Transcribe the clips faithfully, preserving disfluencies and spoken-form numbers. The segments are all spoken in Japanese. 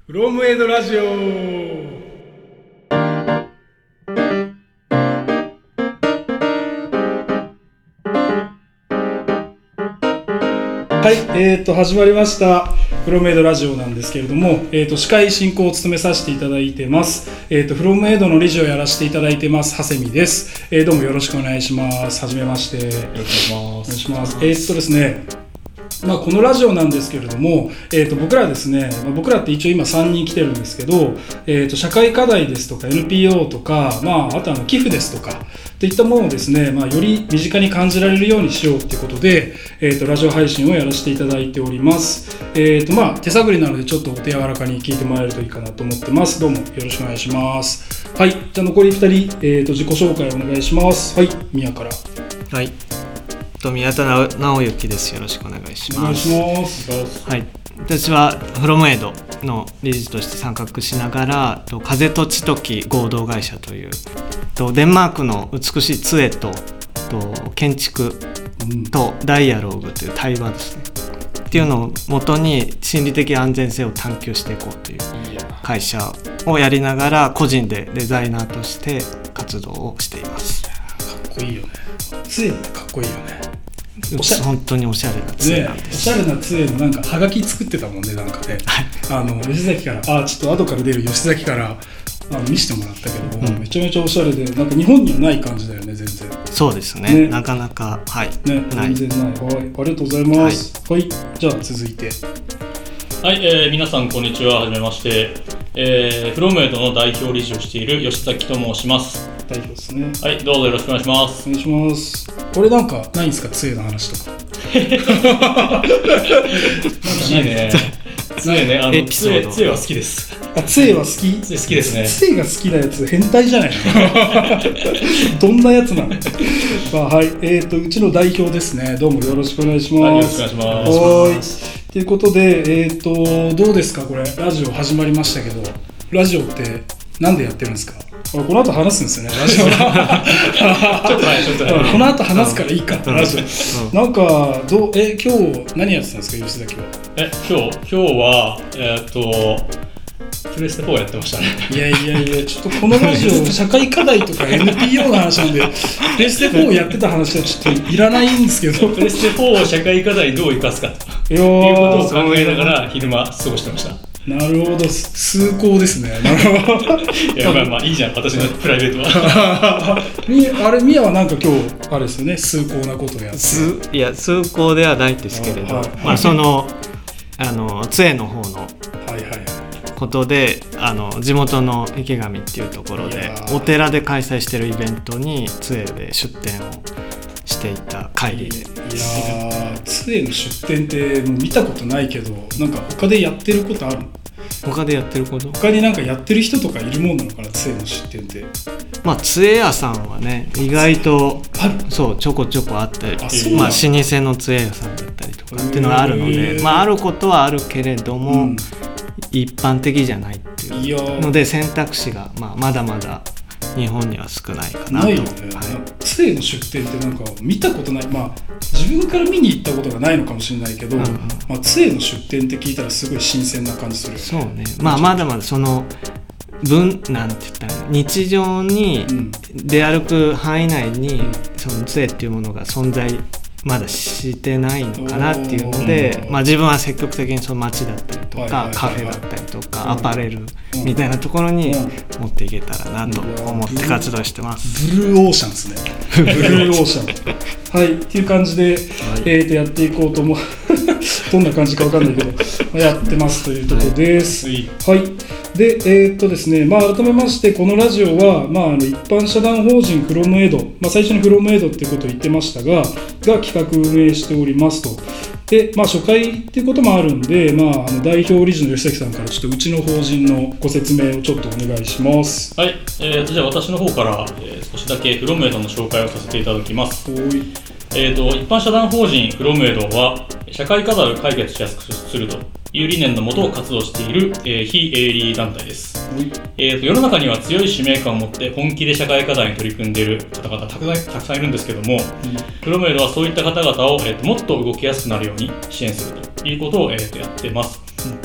フロムエイドラジオ。はい、えーと始まりましたフロムエイドラジオなんですけれども、えーと司会進行を務めさせていただいてます、えーとフロムエイドの理事をやらせていただいてます長谷美です、えー、どうもよろしくお願いします。はじめまして。よろしくお願いします。えーとですねまあ、このラジオなんですけれども、えー、と僕らですね、まあ、僕らって一応今さんにん来てるんですけど、えー、と社会課題ですとか エヌピーオー とか、まあ、あとあの寄付ですとかといったものをですね、まあ、より身近に感じられるようにしようということで、えー、とラジオ配信をやらせていただいております。えーとまあ、手探りなのでちょっとお手柔らかに聞いてもらえるといいかなと思ってます。どうもよろしくお願いします。はい、じゃあ残りふたり、えー、と自己紹介お願いします。はい、宮から。 はい、宮田直之です。よろしくお願いします。 お願いします。 はい、私はフロムエイドの理事として参画しながら、風と地とき合同会社というデンマークの美しい杖と建築とダイアローグという対話ですね、うん、っていうのをもとに心理的安全性を探求していこうという会社をやりながら、個人でデザイナーとして活動をしています。 かっこいいよね。杖ってかっこいいよね。 本当におしゃれな杖なんです、 ね、おしゃれな杖のなんかはがき作ってたもんね。なんかね、あの吉崎からあちょっと後から出る吉崎からあの見せてもらったけど、うん、めちゃめちゃおしゃれで、なんか日本にはない感じだよね。全然そうです ね, ねなかなか、はいね、全然ない。はい、ありがとうございます。はい、はい、じゃあ続いて。 はい、えー、皆さんこんにちは。はじめまして、えー、フロムエイドの代表理事をしている吉崎と申します。 代表ですね。 はい、どうぞよろしくお願いします。 お願いします。これなんかないんですか、杖の話とか。 いいね。杖ね、あの杖、杖は好きです。 あ、杖は好き？ 杖好きですね。 杖が好きなやつ変態じゃないの？どんなやつなの？まあ、はい、えーとうちの代表ですね。どうもよろしくお願いします。 はい、よろしくお願いします。 はい。ということで、えーとどうですかこれ、ラジオ始まりましたけど、ラジオってなんでやってるんですか？この後話すんですよね、ラジオ。ちょっとはい、ちょっとはい。 この後話すからいいかって、ラジオ。なんかどうえ今日何やってたんですか、吉崎は。え今日今日はえー、っとプレステフォーやってましたね。 いやいやいや、ちょっとこのラジオ社会課題とか エヌピーオー の話なんで、プレステフォーやってた話はちょっといらないんですけど、 プレステフォーを社会課題にどう生かすかということを考えながら昼間過ごしてました。 なるほど、崇高ですね。なるほど。 いや、まあまあいいじゃん、私のプライベートは。 あれ、ミヤはなんか今日あれですよね、崇高なことをやって。 いや、崇高ではないんですけれど、はい、まあそのあの杖の方のことで、あの地元の池上っていうところでお寺で開催してるイベントに杖で出店をしていた会議で。いやー、杖の出店って見たことないけど、なんか他でやってることある？ 他でやってること他になんかやってる人とかいるもんなのかな、杖の出店って。 まあ杖屋さんはね、意外とそうちょこちょこあったり、まあ、老舗の杖屋さんだったりとかっていうのがあるので、まあ、あることはあるけれども、うん、一般的じゃないっていうので選択肢が、まあ、まだまだ日本には少ないかなと。 ないよね。杖の出店ってなんか見たことない。まあ自分から見に行ったことがないのかもしれないけど、うん、まあ、杖の出店って聞いたらすごい新鮮な感じするよね。 そうね。まあまだまだその分なんて言ったら日常に出歩く範囲内にその杖っていうものが存在まだしてないのかなっていうので、まあ、自分は積極的にその街だったりとかカフェだったりとかアパレルみたいなところに持っていけたらなと思って活動してます。 ブルーオーシャンですね。ブルーオーシャン。はい、っていう感じで、はい、えー、とやっていこうと思う。どんな感じか分かんないけどやってますというところです。はい、はい。で、えーっとですね、まあ、改めましてこのラジオは、まあ、あの一般社団法人フロムエイド、まあ、最初にフロムエイドっていうことを言ってましたが、が企画運営しておりますと。で、まあ、初回っていうこともあるんで、まあ、あの代表理事の吉崎さんからちょっとうちの法人のご説明をちょっとお願いします。 はい、えー、とじゃあ私の方から、えー、少しだけフロムエイドの紹介をさせていただきます。えー、と一般社団法人フロムエイドは社会課題を解決しやすくするという理念のもと活動している、えー、非営利団体です。えー、と世の中には強い使命感を持って本気で社会課題に取り組んでいる方々たくさん、たくさんいるんですけども、うん、フロムエイドはそういった方々を、えー、ともっと動きやすくなるように支援するということを、えー、とやってます。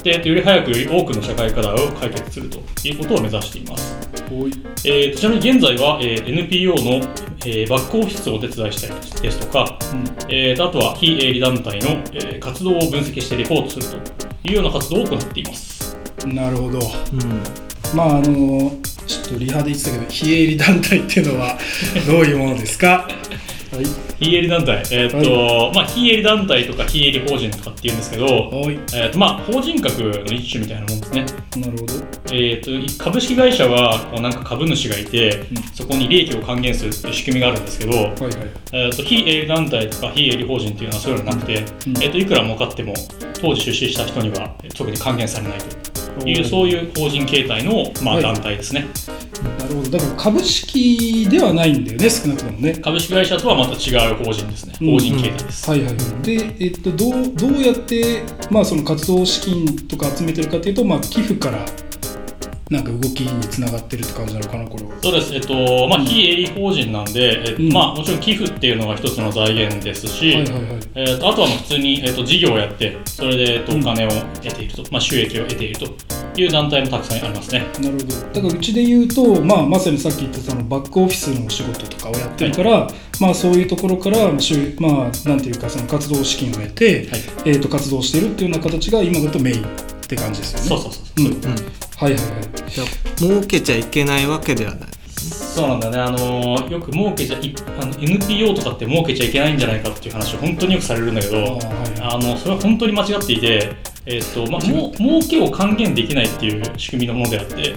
でより早くより多くの社会課題を解決するということを目指しています。えー、ちなみに現在は、えー、エヌピーオー の、えー、バックオフィスをお手伝いしたりですとか、うんえー、あとは非営利団体の、えー、活動を分析してレポートするというような活動を行っています。 なるほど、うん、まああのちょっとリハで言ってたけど非営利団体っていうのはどういうものですか？ はい、非営利団体、えーっとはいまあ、非営利団体とか非営利法人とかっていうんですけど、はいえーっとまあ、法人格の一種みたいなもんですね。 なるほど。 えーっと株式会社はこうなんか株主がいて、うん、そこに利益を還元するっていう仕組みがあるんですけど、はいはいえーっと非営利団体とか非営利法人っていうのはそういうのなくて、うんえーっといくら儲かっても当時出資した人には特に還元されないというそういう法人形態の、まあ、団体ですね。 なるほど。だから株式ではないんだよね、少なくともね。 株式会社とはまた違う法人ですね。法人形態です。 うん、はいはいはい。で、えっと、どう、どうやって、まあ、その活動資金とか集めてるかというと、まあ、寄付からなんか動きにつながってるって感じなのかな、これは。 そうです。えっと、まあ、非営利法人なんで、えっと、うん、まあ、もちろん寄付っていうのが一つの財源ですし、はいはいはいえっと、あとは普通に、えっと、事業をやって、それで、えっと、お金を得ていると、うん、まあ、収益を得ているという団体もたくさんありますね。 なるほど。だからうちで言うと、まあ、まさにさっき言ったそのバックオフィスのお仕事とかをやってるから、はいまあ、そういうところから、まあ、なんていうかその活動資金を得て、はいえー、と活動しているっていうような形が今だとメインって感じですよね。 そうそうそうそう、うんうん、 はいはいはい。 じゃあ儲けちゃいけないわけではない。 そうなんだね。あのよく儲けちゃいあの エヌピーオー とかって儲けちゃいけないんじゃないかっていう話を本当によくされるんだけど、あ、はい、あのそれは本当に間違っていて、えーとまあ、も儲けを還元できないっていう仕組みのものであって、うん、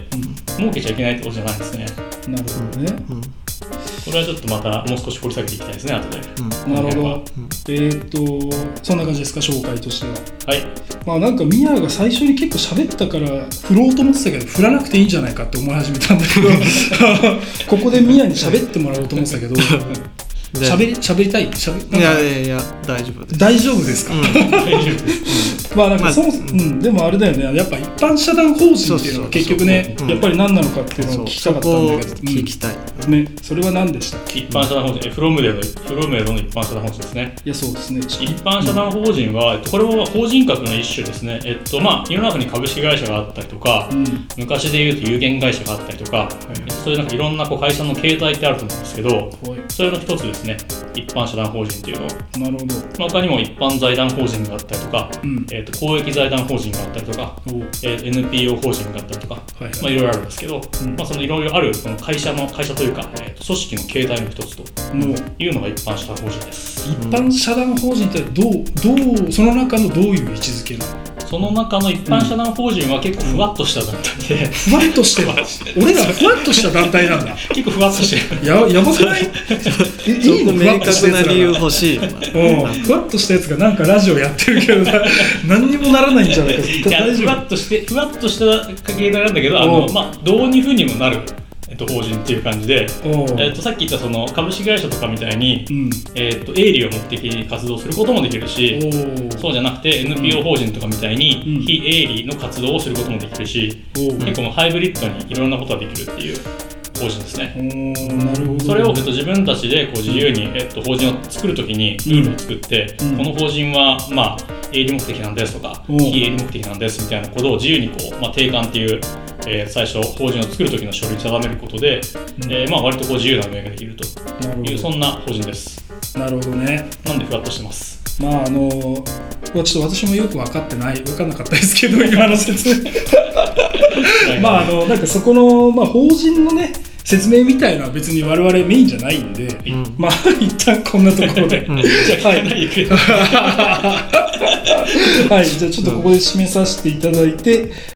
儲けちゃいけないってことじゃないんですね。 なるほどね、うん、 これはちょっとまたもう少し掘り下げていきたいですね、後で、 うん、なるほど、うん、えーとそんな感じですか、紹介としては。 はい。 まあなんかミヤが最初に結構喋ったから振ろうと思ってたけど振らなくていいんじゃないかって思い始めたんだけどここでミヤに喋ってもらおうと思ってたけど喋り喋りたい喋りいやいやいや大丈夫です。 大丈夫ですか、うん、大丈夫です、まあなんかそも、まあうん、でもあれだよね、やっぱ一般社団法人っていうのは結局ねやっぱり何なのかっていうのを聞きたかったんだけど、うん、 聞きたい、 ね、それは何でしたっけ？ 一般社団法人、フロムデのフロムエドの一般社団法人ですね。 いやそうですね。 一般社団法人は、うん、これも法人格の一種ですね。えっとまあ世の中に株式会社があったりとか、うん、昔でいうと有限会社があったりとか、はい、そういうなんかいろんなこう会社の形態ってあると思うんですけど、はい、それの一つですね。一般社団法人っていうの。 なるほど。 他にも一般財団法人があったりとか、うん、えー、と公益財団法人があったりとか、えー、エヌピーオー 法人があったりとか、はいはい、まあ、いろいろあるんですけど、うん、まあ、そのいろいろあるその会社の会社というか、えー、と組織の形態の一つというのが一般社団法人です。 一般社団法人ってどうどうその中のどういう位置づけなの？ その中の一般社団法人は結構ふわっとした団体で、うん、 ふわっとしてる俺らふわっとした団体なんだ結構ふわっとしてる。 や, やばくない？ えいいの？明確な理由欲しい。 ふわっとしたやつがなんかラジオやってるけど何にもならないんじゃないか。 いやふわっとしてふわっとした形態なんだけど、あの、まあ、どういうふうにもなる、えっと、法人っていう感じで、えっと、さっき言ったその株式会社とかみたいに、うん、えっと、営利を目的に活動することもできるし、そうじゃなくて エヌピーオー 法人とかみたいに非営利の活動をすることもできるし、うん、結構ハイブリッドにいろんなことができるっていう法人ですね。 なるほど。 それを、えっと、自分たちでこう自由に、えっと、法人を作るときにルールを作って、うん、この法人は、まあ、営利目的なんですとか非営利目的なんですみたいなことを自由にこう、まあ、定款っていう、えー、最初法人を作るときの書類に定めることで、うん、えーまあ、割とこう自由な運営ができるというそんな法人です。 なるほどね。 なんでふわっとしてます。 まああのちょっと私もよく分かってない分かんなかったですけど今の説明まああのなんかそこの、まあ、法人のね説明みたいなのは別に我々メインじゃないんで、うん、まあ一旦こんなところで、うん、じゃあはいはい、じゃあちょっとここで締めさせていただいて、